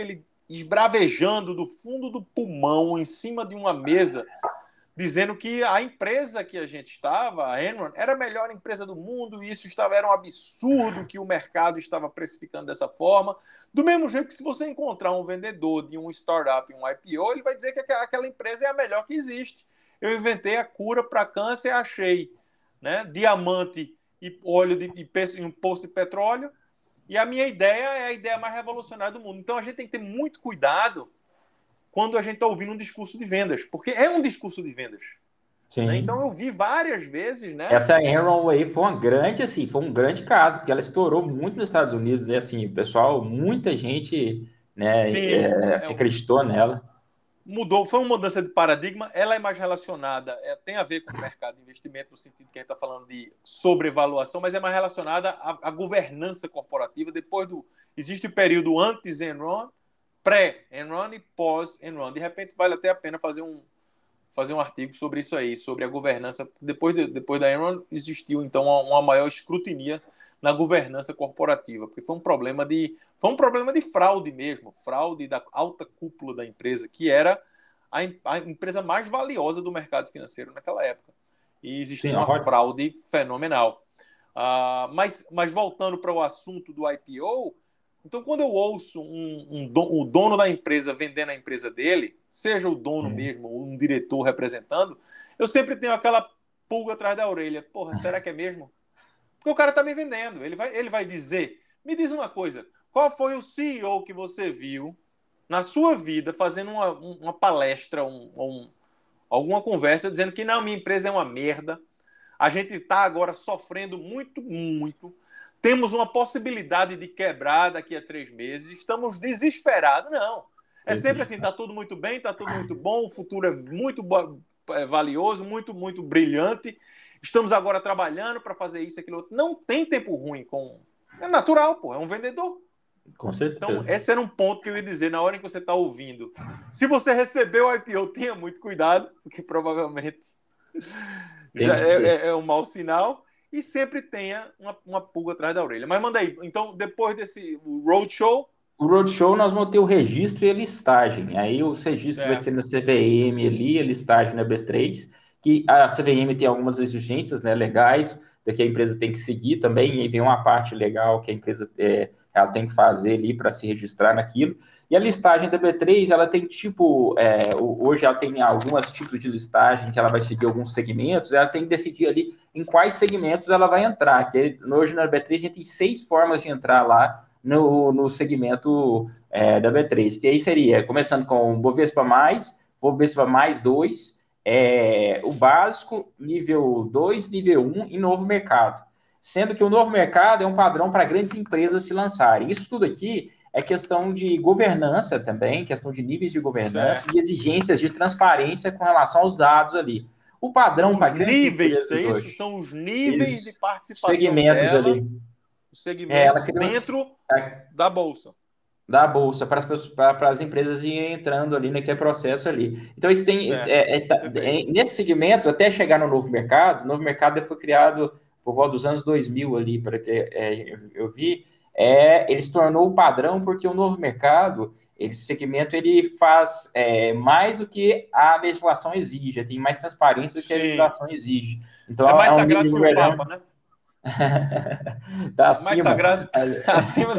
esbravejando do fundo do pulmão, em cima de uma mesa, dizendo que a empresa que a gente estava, a Enron, era a melhor empresa do mundo, e isso estava, era um absurdo que o mercado estava precificando dessa forma. Do mesmo jeito que se você encontrar um vendedor de um startup, um I P O, ele vai dizer que aquela empresa é a melhor que existe. Eu inventei a cura para câncer e achei, né, diamante e óleo de, e um poço de petróleo, e a minha ideia é a ideia mais revolucionária do mundo. Então a gente tem que ter muito cuidado quando a gente está ouvindo um discurso de vendas, porque é um discurso de vendas. Sim. Né? Então eu vi várias vezes, né? Essa Enron aí foi uma grande, assim, foi um grande caso, porque ela estourou muito nos Estados Unidos, né? Assim, o pessoal, muita gente, né, Sim, é, se é, acreditou nela. Mudou, foi uma mudança de paradigma, ela é mais relacionada, é, tem a ver com o mercado de investimento, no sentido que a gente está falando de sobrevaluação, mas é mais relacionada à, à governança corporativa. Depois do. Existe o período antes-Enron, pré-Enron e pós-Enron. De repente, vale até a pena fazer um, fazer um artigo sobre isso aí, sobre a governança. Depois, de, depois da Enron, existiu, então, uma, uma maior escrutinia na governança corporativa, porque foi um problema de foi um problema de fraude mesmo, fraude da alta cúpula da empresa, que era a, a empresa mais valiosa do mercado financeiro naquela época. E existia Sim, uma pode. fraude fenomenal. Uh, mas, mas voltando para o assunto do I P O, então quando eu ouço um, um don, o dono da empresa vendendo a empresa dele, seja o dono hum. mesmo ou um diretor representando, eu sempre tenho aquela pulga atrás da orelha. Porra, será que é mesmo? Porque o cara está me vendendo. Ele vai, ele vai dizer... Me diz uma coisa. Qual foi o C E O que você viu na sua vida fazendo uma, uma palestra, um, um, alguma conversa, dizendo que não, minha empresa é uma merda. A gente está agora sofrendo muito, muito. Temos uma possibilidade de quebrar daqui a três meses. Estamos desesperados. Não. É sempre assim. Está tudo muito bem, está tudo muito bom. O futuro é muito é, valioso, muito, muito brilhante. Estamos agora trabalhando para fazer isso, aquilo outro. Não tem tempo ruim com... É natural, pô. É um vendedor. Com certeza. Então, esse era um ponto que eu ia dizer na hora em que você está ouvindo. Se você recebeu o I P O, tenha muito cuidado, porque provavelmente já é, é, é um mau sinal. E sempre tenha uma, uma pulga atrás da orelha. Mas manda aí. Então, depois desse roadshow... O roadshow nós vamos ter o registro e a listagem. Aí o registro certo. vai ser na C V M ali, a listagem na B três... que a C V M tem algumas exigências, né, legais, que a empresa tem que seguir também, e tem uma parte legal que a empresa é, ela tem que fazer ali para se registrar naquilo. E a listagem da B três, ela tem tipo, é, hoje ela tem alguns tipos de listagem, que ela vai seguir alguns segmentos, ela tem que decidir ali em quais segmentos ela vai entrar, que hoje na B três a gente tem seis formas de entrar lá no, no segmento é, da B três, que aí seria, começando com Bovespa mais, Bovespa mais dois, É, o básico, nível dois, nível um e novo mercado. Sendo que o novo mercado é um padrão para grandes empresas se lançarem. Isso tudo aqui é questão de governança também, questão de níveis de governança certo. E exigências de transparência com relação aos dados ali. O padrão para grandes níveis, empresas é isso? hoje. São os níveis Isso. de participação segmentos dela, ali. Os segmentos é, dentro é, da bolsa. Da bolsa, para as, pessoas, para, para as empresas irem entrando ali naquele processo ali. Então, isso tem, é, é, é, nesses segmentos, até chegar no novo mercado, o novo mercado foi criado por volta dos anos dois mil ali, para que é, eu vi, é, ele se tornou o padrão porque o novo mercado, esse segmento, ele faz é, mais do que a legislação exige, tem mais transparência do que a legislação exige. Então, é mais é um sagrado que o Papa, né? Tá acima. Mais sagrado. Acima.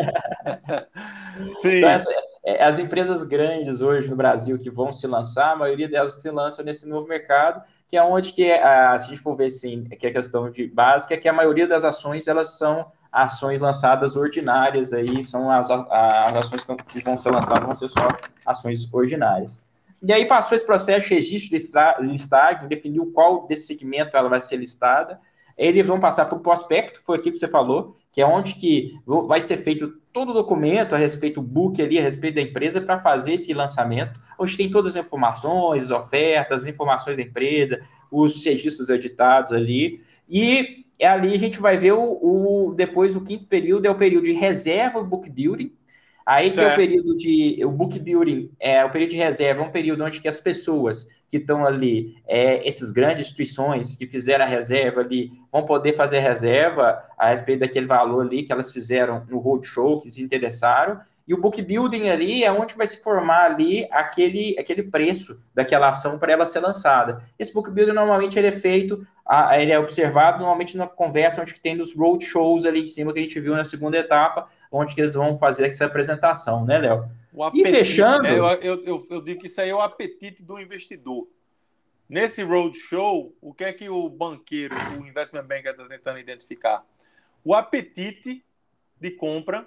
Sim. Então, as, as empresas grandes hoje no Brasil que vão se lançar, a maioria delas se lançam nesse novo mercado, que é onde que, a, se a gente for ver assim, que é a questão de básica, é que a maioria das ações, elas são ações lançadas ordinárias, aí são as, as ações que vão ser lançadas, vão ser só ações ordinárias. E aí passou esse processo de registro de listagem, definiu qual desse segmento ela vai ser listada. Eles vão passar para o prospecto, foi aqui que você falou, que é onde que vai ser feito todo o documento a respeito do book ali, a respeito da empresa, para fazer esse lançamento, onde tem todas as informações, as ofertas, as informações da empresa, os registros editados ali, e ali a gente vai ver o, o depois o quinto período, é o período de reserva book building. Aí que é o período de... O book building, é, o período de reserva é um período onde que as pessoas que estão ali, é, essas grandes instituições que fizeram a reserva ali, vão poder fazer reserva a respeito daquele valor ali que elas fizeram no roadshow, que se interessaram, E o book building ali é onde vai se formar ali aquele, aquele preço daquela ação para ela ser lançada. Esse book building normalmente ele é feito, ele é observado normalmente na conversa onde tem dos roadshows ali em cima que a gente viu na segunda etapa, onde que eles vão fazer essa apresentação, né, Léo? O apetite, e fechando... né? Eu, eu, eu, eu digo que isso aí é o apetite do investidor. Nesse roadshow, o que é que o banqueiro, o investment banker está tentando identificar? O apetite de compra,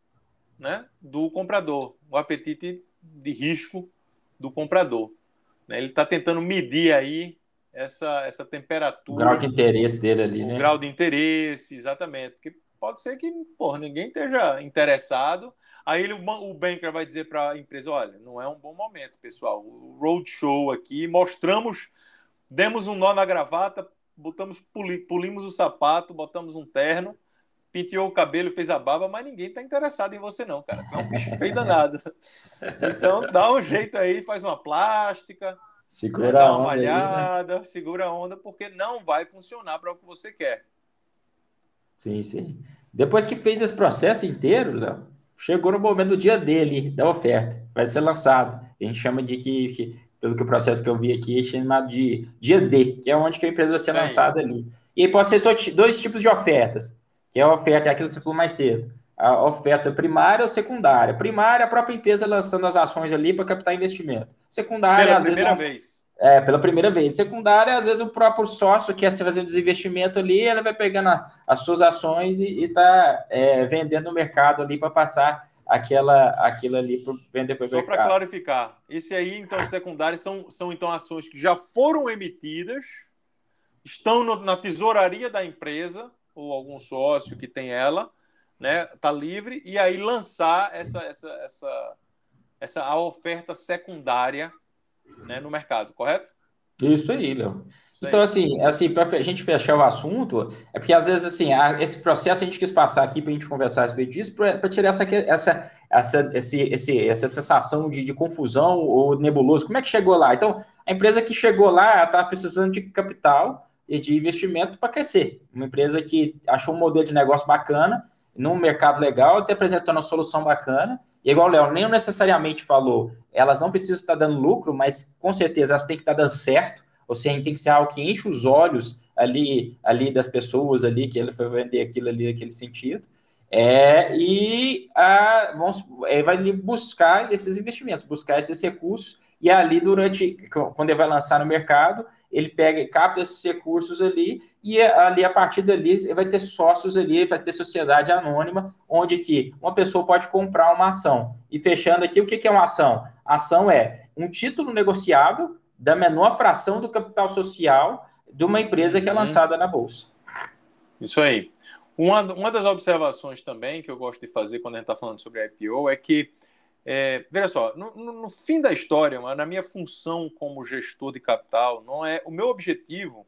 né, do comprador, o apetite de risco do comprador. Né? Ele está tentando medir aí essa, essa temperatura. O grau de interesse dele ali, o né? O grau de interesse, exatamente. Porque pode ser que porra, ninguém esteja interessado. Aí ele, o banker vai dizer para a empresa, olha, não é um bom momento, pessoal. O roadshow aqui, mostramos, demos um nó na gravata, botamos, pulimos o sapato, botamos um terno, penteou o cabelo, fez a barba, mas ninguém está interessado em você não, cara. Tu é um bicho feio danado. Então, dá um jeito aí, faz uma plástica, segura, né, dá uma malhada, aí, né? segura a onda, porque não vai funcionar para o que você quer. Sim, sim. Depois que fez esse processo inteiro, Léo, chegou no momento do dia dele, da oferta. Vai ser lançado. A gente chama de que, que pelo que o processo que eu vi aqui, é chamado de dia D, que é onde que a empresa vai ser Sim. lançada ali. E aí pode ser só dois tipos de ofertas. Que é a oferta, é aquilo que você falou mais cedo. A oferta primária ou secundária. Primária, a própria empresa lançando as ações ali para captar investimento. Secundária, Pela às primeira vezes, vez. É, pela primeira vez. Secundária, às vezes, o próprio sócio quer fazer um desinvestimento ali, ele vai pegando a, as suas ações e está é, vendendo no mercado ali para passar aquela, aquilo ali para vender para o Só mercado. para clarificar, esse aí, então, secundários são, são então ações que já foram emitidas, estão no, na tesouraria da empresa, ou algum sócio que tem ela, né, tá livre, e aí lançar essa, essa, essa, essa a oferta secundária, né, no mercado, correto? Isso aí, Léo. Isso aí. Então, assim, assim para a gente fechar o assunto, é porque às vezes assim, a, esse processo a gente quis passar aqui para a gente conversar a respeito disso, para tirar essa, essa, essa, esse, esse, essa sensação de, de confusão ou nebuloso. Como é que chegou lá? Então, a empresa que chegou lá está precisando de capital e de investimento para crescer. Uma empresa que achou um modelo de negócio bacana, num mercado legal, até apresentando uma solução bacana. E igual o Léo nem necessariamente falou, elas não precisam estar dando lucro, mas com certeza elas têm que estar dando certo, ou seja, tem que ser algo que enche os olhos ali, ali das pessoas ali, que ele foi vender aquilo ali naquele sentido. É, e a, vamos, é, vai buscar esses investimentos, buscar esses recursos, e ali durante, quando ele vai lançar no mercado, ele pega, capta esses recursos ali, e ali, a partir dali, ele vai ter sócios ali, vai ter sociedade anônima, onde que uma pessoa pode comprar uma ação. E fechando aqui, o que é uma ação? A ação é um título negociável da menor fração do capital social de uma empresa que é lançada na Bolsa. Isso aí. Uma, uma das observações também que eu gosto de fazer quando a gente está falando sobre a I P O é que, é, veja só, no, no, no fim da história, na minha função como gestor de capital, não é, o meu objetivo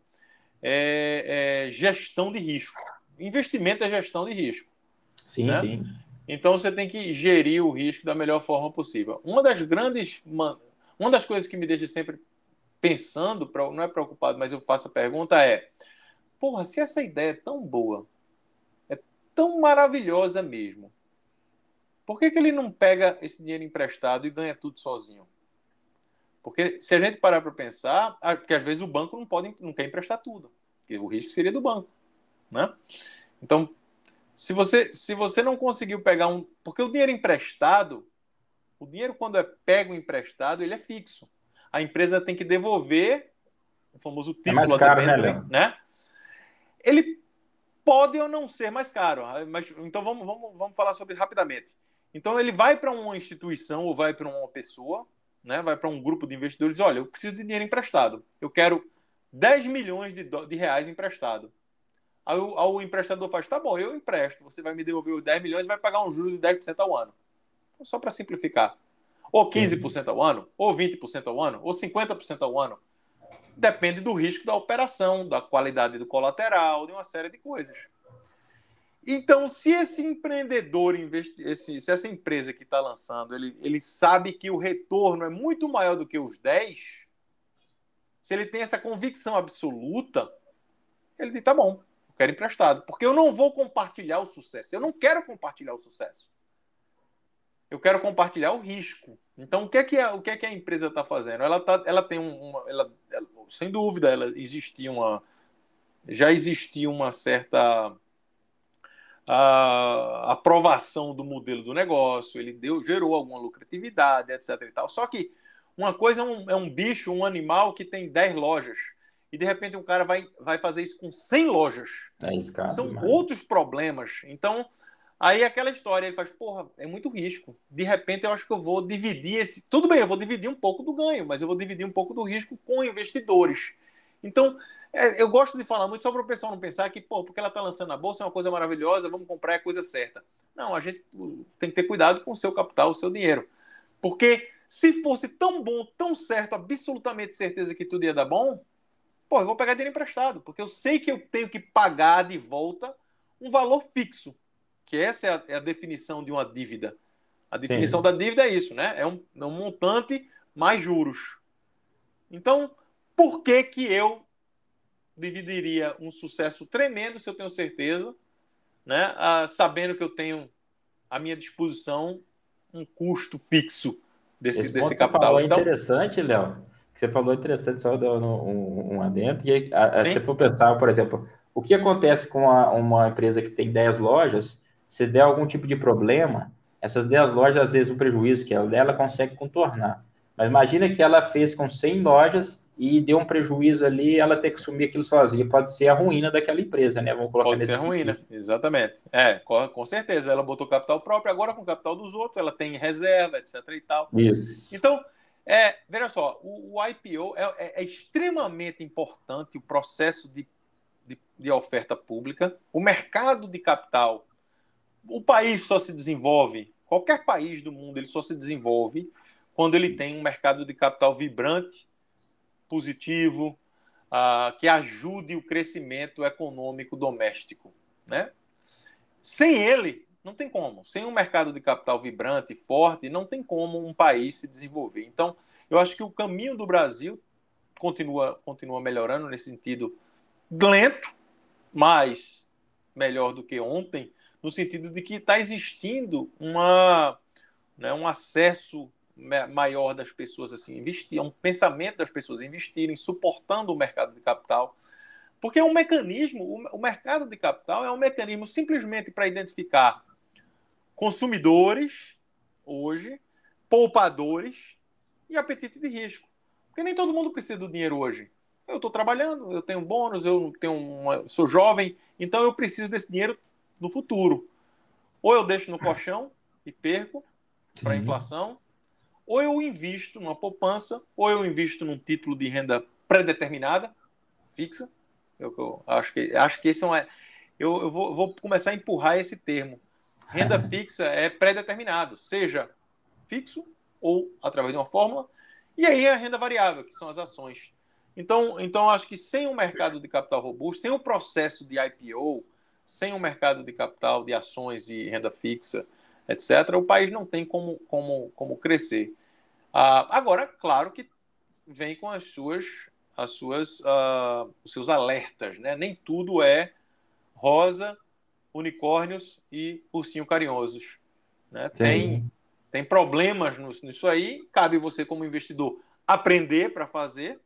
é, é gestão de risco. Investimento é gestão de risco. Sim, né? sim. Então você tem que gerir o risco da melhor forma possível. Uma das grandes, uma das coisas que me deixa sempre pensando, não é preocupado, mas eu faço a pergunta é, porra, se essa ideia é tão boa, é tão maravilhosa mesmo, por que que ele não pega esse dinheiro emprestado e ganha tudo sozinho? Porque se a gente parar para pensar, porque às vezes o banco não, pode, não quer emprestar tudo, porque o risco seria do banco, né? Então, se você, se você não conseguiu pegar um... Porque o dinheiro emprestado, o dinheiro quando é pego emprestado, ele é fixo. A empresa tem que devolver o famoso título é mais caro, né, Léo? né? Ele pode ou não ser mais caro, mas então vamos, vamos, vamos falar sobre rapidamente. Então ele vai para uma instituição ou vai para uma pessoa, né, vai para um grupo de investidores, olha, eu preciso de dinheiro emprestado. Eu quero dez milhões de, de reais emprestado. Aí o, aí o emprestador faz, tá bom, eu empresto, você vai me devolver os dez milhões e vai pagar um juro de dez por cento ao ano. Então, só para simplificar. Ou quinze por cento ao ano, ou vinte por cento ao ano, ou cinquenta por cento ao ano. Depende do risco da operação, da qualidade do colateral, de uma série de coisas. Então, se esse empreendedor, esse, se essa empresa que está lançando, ele, ele sabe que o retorno é muito maior do que os dez, se ele tem essa convicção absoluta, ele diz, tá bom, eu quero emprestado. Porque eu não vou compartilhar o sucesso. Eu não quero compartilhar o sucesso. eu quero compartilhar o risco. Então, o que é que a, o que é que a empresa está fazendo? Ela, tá, ela tem um, uma... Ela, ela, sem dúvida, ela existia uma, já existia uma certa a aprovação do modelo do negócio, ele deu, gerou alguma lucratividade, etc e tal. Só que uma coisa é um, é um bicho, um animal que tem dez lojas, e de repente um cara vai, vai fazer isso com cem lojas. É iscado, São mas... outros problemas. Então, aí aquela história, ele faz, porra, é muito risco. De repente eu acho que eu vou dividir esse... Tudo bem, eu vou dividir um pouco do ganho, mas eu vou dividir um pouco do risco com investidores. Então, é, eu gosto de falar muito só para o pessoal não pensar que, pô, porque ela está lançando na bolsa é uma coisa maravilhosa, vamos comprar a coisa certa. Não, a gente tem que ter cuidado com o seu capital, o seu dinheiro. Porque se fosse tão bom, tão certo, absolutamente certeza que tudo ia dar bom, pô, eu vou pegar dinheiro emprestado, porque eu sei que eu tenho que pagar de volta um valor fixo, que essa é a, é a definição de uma dívida. A definição Sim. da dívida é isso, né? É um, é um montante mais juros. Então, por que que eu dividiria um sucesso tremendo, se eu tenho certeza, né, ah, sabendo que eu tenho à minha disposição um custo fixo desse, Esse desse ponto capital. Que você falou então, é interessante, Léo. Que você falou é interessante, só dando um, um adentro. E aí, a, a, se for pensar, por exemplo, o que acontece com a, uma empresa que tem dez lojas, se der algum tipo de problema, essas dez lojas, às vezes, um prejuízo que ela dela consegue contornar. Mas imagina que ela fez com cem lojas e deu um prejuízo ali, ela ter que assumir aquilo sozinha. Pode ser a ruína daquela empresa, né? Vamos colocar Pode nesse ser a ruína, sentido. exatamente. É, com, com certeza. Ela botou capital próprio, agora com o capital dos outros, ela tem reserva, etc e tal. Isso. Então, é, veja só, o, o I P O é, é, é extremamente importante o processo de, de, de oferta pública. O mercado de capital, o país só se desenvolve, qualquer país do mundo, ele só se desenvolve quando ele tem um mercado de capital vibrante, positivo, uh, que ajude o crescimento econômico doméstico, né? Sem ele, não tem como. Sem um mercado de capital vibrante, forte, não tem como um país se desenvolver. Então, eu acho que o caminho do Brasil continua, continua melhorando nesse sentido lento, mas melhor do que ontem, no sentido de que está existindo uma, né, um acesso maior das pessoas assim, investir, um pensamento das pessoas investirem, suportando o mercado de capital, porque é um mecanismo, o mercado de capital é um mecanismo simplesmente para identificar consumidores, hoje, poupadores e apetite de risco, porque nem todo mundo precisa do dinheiro hoje. Eu estou trabalhando, eu tenho bônus, eu tenho uma, sou jovem, então eu preciso desse dinheiro no futuro. Ou eu deixo no colchão e perco para a inflação, ou eu invisto numa poupança, ou eu invisto num título de renda pré-determinada, fixa. Eu, eu acho que acho que esse é um, eu, eu vou, vou começar a empurrar esse termo. Renda fixa é pré-determinado, seja fixo ou através de uma fórmula. E aí a renda variável, que são as ações. Então, então acho que sem um mercado de capital robusto, sem o processo de I P O, sem um mercado de capital de ações e renda fixa, etcétera, o país não tem como, como, como crescer. Ah, agora, claro que vem com as suas, as suas, ah, os seus alertas, né? Nem tudo é rosa, unicórnios e ursinho carinhosos, né? Tem, tem problemas nisso aí, cabe você como investidor aprender para fazer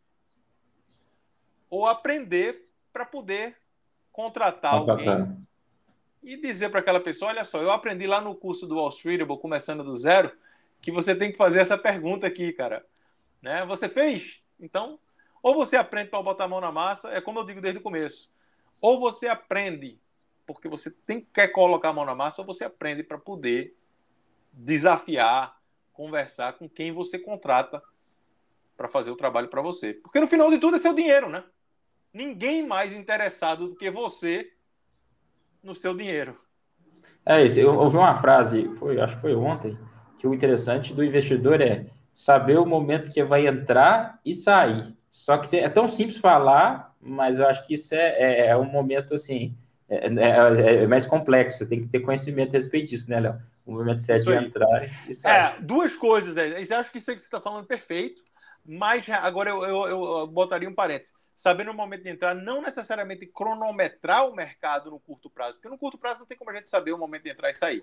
ou aprender para poder contratar alguém e dizer para aquela pessoa, olha só, eu aprendi lá no curso do Wall Street, começando do zero, que você tem que fazer essa pergunta aqui, cara. Né? Você fez? Então, ou você aprende para botar a mão na massa, é como eu digo desde o começo, ou você aprende porque você tem, quer colocar a mão na massa, ou você aprende para poder desafiar, conversar com quem você contrata para fazer o trabalho para você. Porque no final de tudo é seu dinheiro, né? Ninguém mais interessado do que você no seu dinheiro. É isso. Eu ouvi uma frase, foi, acho que foi ontem, que o interessante do investidor é saber o momento que vai entrar e sair. Só que é tão simples falar, mas eu acho que isso é, é, é um momento assim, é, é, é, mais complexo. Você tem que ter conhecimento a respeito disso, né, Léo? O momento certo de entrar e sair. É, duas coisas. Eu acho que isso que você está falando é perfeito, mas agora eu, eu, eu botaria um parênteses. Saber no momento de entrar, não necessariamente cronometrar o mercado no curto prazo, porque no curto prazo não tem como a gente saber o momento de entrar e sair.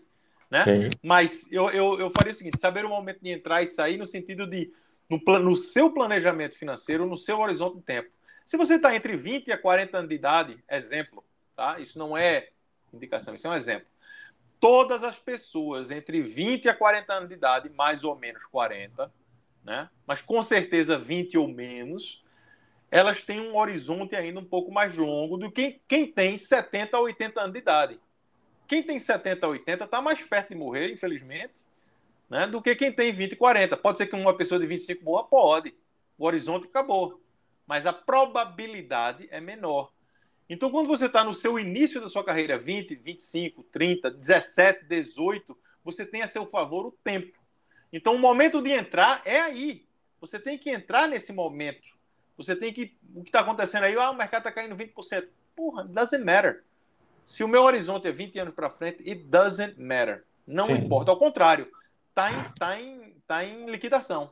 né? Mas eu, eu, eu faria o seguinte, saber o momento de entrar e sair no sentido de, no, no seu planejamento financeiro, no seu horizonte de tempo. Se você está entre vinte a quarenta anos de idade, exemplo, tá? Isso não é indicação, isso é um exemplo. Todas as pessoas entre vinte a quarenta anos de idade, mais ou menos quarenta, né? Mas com certeza vinte ou menos, elas têm um horizonte ainda um pouco mais longo do que quem tem setenta a oitenta anos de idade. Quem tem setenta a oitenta está mais perto de morrer, infelizmente, né, do que quem tem vinte e quarenta. Pode ser que uma pessoa de vinte e cinco morra? Pode. O horizonte acabou. Mas a probabilidade é menor. Então, quando você está no seu início da sua carreira, vinte, vinte e cinco, trinta, dezessete, dezoito, você tem a seu favor o tempo. Então, o momento de entrar é aí. Você tem que entrar nesse momento. Você tem que... O que está acontecendo aí? Ah, o mercado está caindo vinte por cento. Porra, doesn't matter. Se o meu horizonte é vinte anos para frente, it doesn't matter. Não Sim. importa. Ao contrário, está em, tá em, tá em liquidação.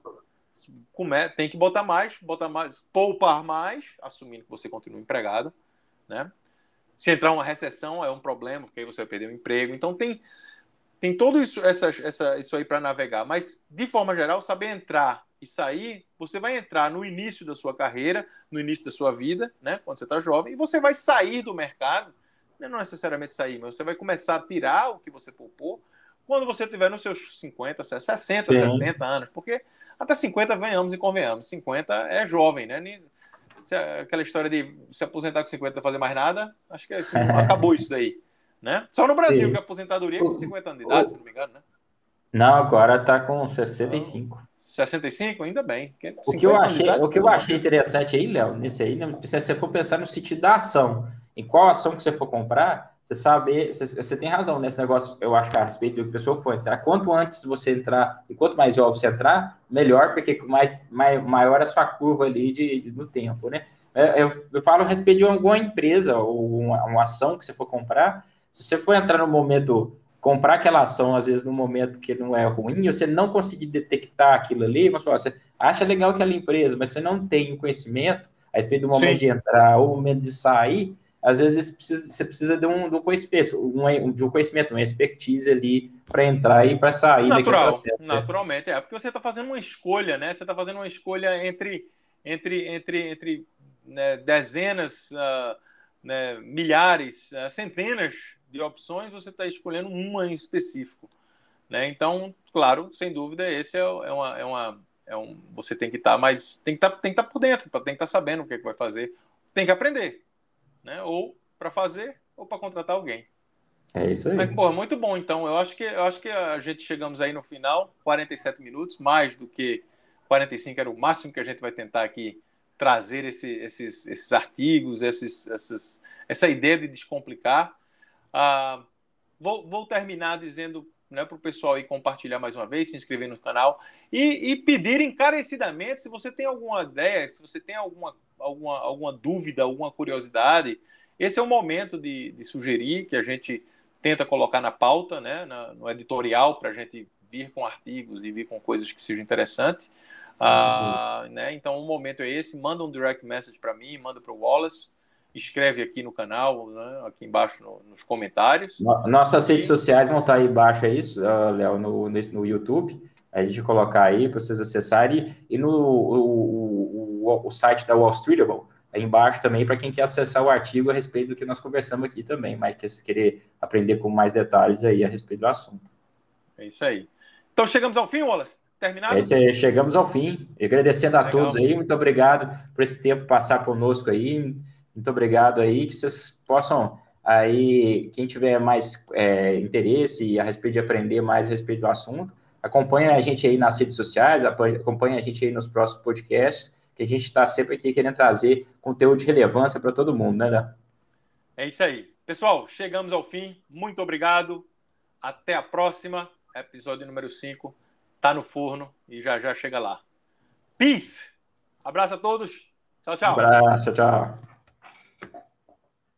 Tem que botar mais, botar mais, poupar mais, assumindo que você continua empregado, né? Se entrar uma recessão é um problema, porque aí você vai perder o emprego. Então tem, tem tudo isso, essa, essa, isso aí para navegar. Mas, de forma geral, saber entrar e sair, você vai entrar no início da sua carreira, no início da sua vida, né? Quando você está jovem, e você vai sair do mercado, não necessariamente sair, mas você vai começar a tirar o que você poupou quando você estiver nos seus cinquenta, sessenta, Sim. setenta anos, porque até cinquenta, venhamos e convenhamos, cinquenta é jovem, né? Aquela história de se aposentar com cinquenta e não fazer mais nada, acho que assim, acabou isso daí, né? Só no Brasil, Sim. que a aposentadoria é com cinquenta anos de idade, se não me engano, né? Não, agora tá com sessenta e cinco. Então, sessenta e cinco? Ainda bem. O que eu achei, idade, o que eu achei interessante aí, Léo, nisso aí, né, se você for pensar no sentido da ação, em qual ação que você for comprar, você sabe, você, você tem razão nesse negócio, eu acho que a respeito do que a pessoa for entrar. Quanto antes você entrar, e quanto mais jovem você entrar, melhor, porque mais, mais, maior a sua curva ali de, de, no tempo, né? Eu, eu falo a respeito de alguma empresa ou uma, uma ação que você for comprar, se você for entrar no momento, comprar aquela ação, às vezes, no momento que não é ruim, você não conseguir detectar aquilo ali, mas você acha legal aquela empresa, mas você não tem o conhecimento a respeito do momento Sim. de entrar ou o momento de sair, às vezes precisa, você precisa de um, de um conhecimento, um, de um conhecimento, uma expertise ali para entrar e para sair Natural, daquele processo. Naturalmente, é. é porque você está fazendo uma escolha, né? Você está fazendo uma escolha entre, entre, entre, entre né, dezenas, uh, né, milhares, uh, centenas de opções, você está escolhendo uma em específico, né? Então, claro, sem dúvida, esse é, é uma, é uma é um, você tem que estar tá mais, tem que estar, tá, tem que estar tá por dentro, tem que estar tá sabendo o que, é que vai fazer, tem que aprender, né? Ou para fazer ou para contratar alguém. É isso aí. Mas, pô, muito bom, então. Eu acho que eu acho que a gente chegamos aí no final, quarenta e sete minutos, mais do que quarenta e cinco era o máximo que a gente vai tentar aqui trazer esse, esses, esses artigos, esses, esses, essa ideia de descomplicar. Ah, vou, vou terminar dizendo, né, para o pessoal aí compartilhar mais uma vez, se inscrever no canal e, e pedir encarecidamente, se você tem alguma ideia, se você tem alguma, alguma, alguma dúvida, alguma curiosidade, esse é o momento de, de sugerir que a gente tenta colocar na pauta, né, na, no editorial, para a gente vir com artigos e vir com coisas que sejam interessantes. Ah, né, então o momento é esse, manda um direct message para mim, manda para o Wallace, escreve aqui no canal, né, aqui embaixo no, nos comentários. Nossas e... redes sociais vão estar aí embaixo, é isso, uh, Léo, no, no, no YouTube, a gente colocar aí para vocês acessarem, e no o, o, o, o site da Wall Streetable, aí embaixo também, para quem quer acessar o artigo a respeito do que nós conversamos aqui também, mas quer querer aprender com mais detalhes aí a respeito do assunto. É isso aí. Então chegamos ao fim, Wallace? Terminado? É isso aí, chegamos ao fim. Agradecendo a Legal. todos aí, muito obrigado por esse tempo passar conosco aí. Muito obrigado aí, que vocês possam aí, quem tiver mais é, interesse a respeito de aprender mais a respeito do assunto, acompanha a gente aí nas redes sociais, acompanha a gente aí nos próximos podcasts, que a gente está sempre aqui querendo trazer conteúdo de relevância para todo mundo, né, Léo? É isso aí. Pessoal, chegamos ao fim. Muito obrigado. Até a próxima. Episódio número cinco. Tá no forno e já já chega lá. Peace! Abraço a todos. Tchau, tchau. Um abraço, tchau, tchau.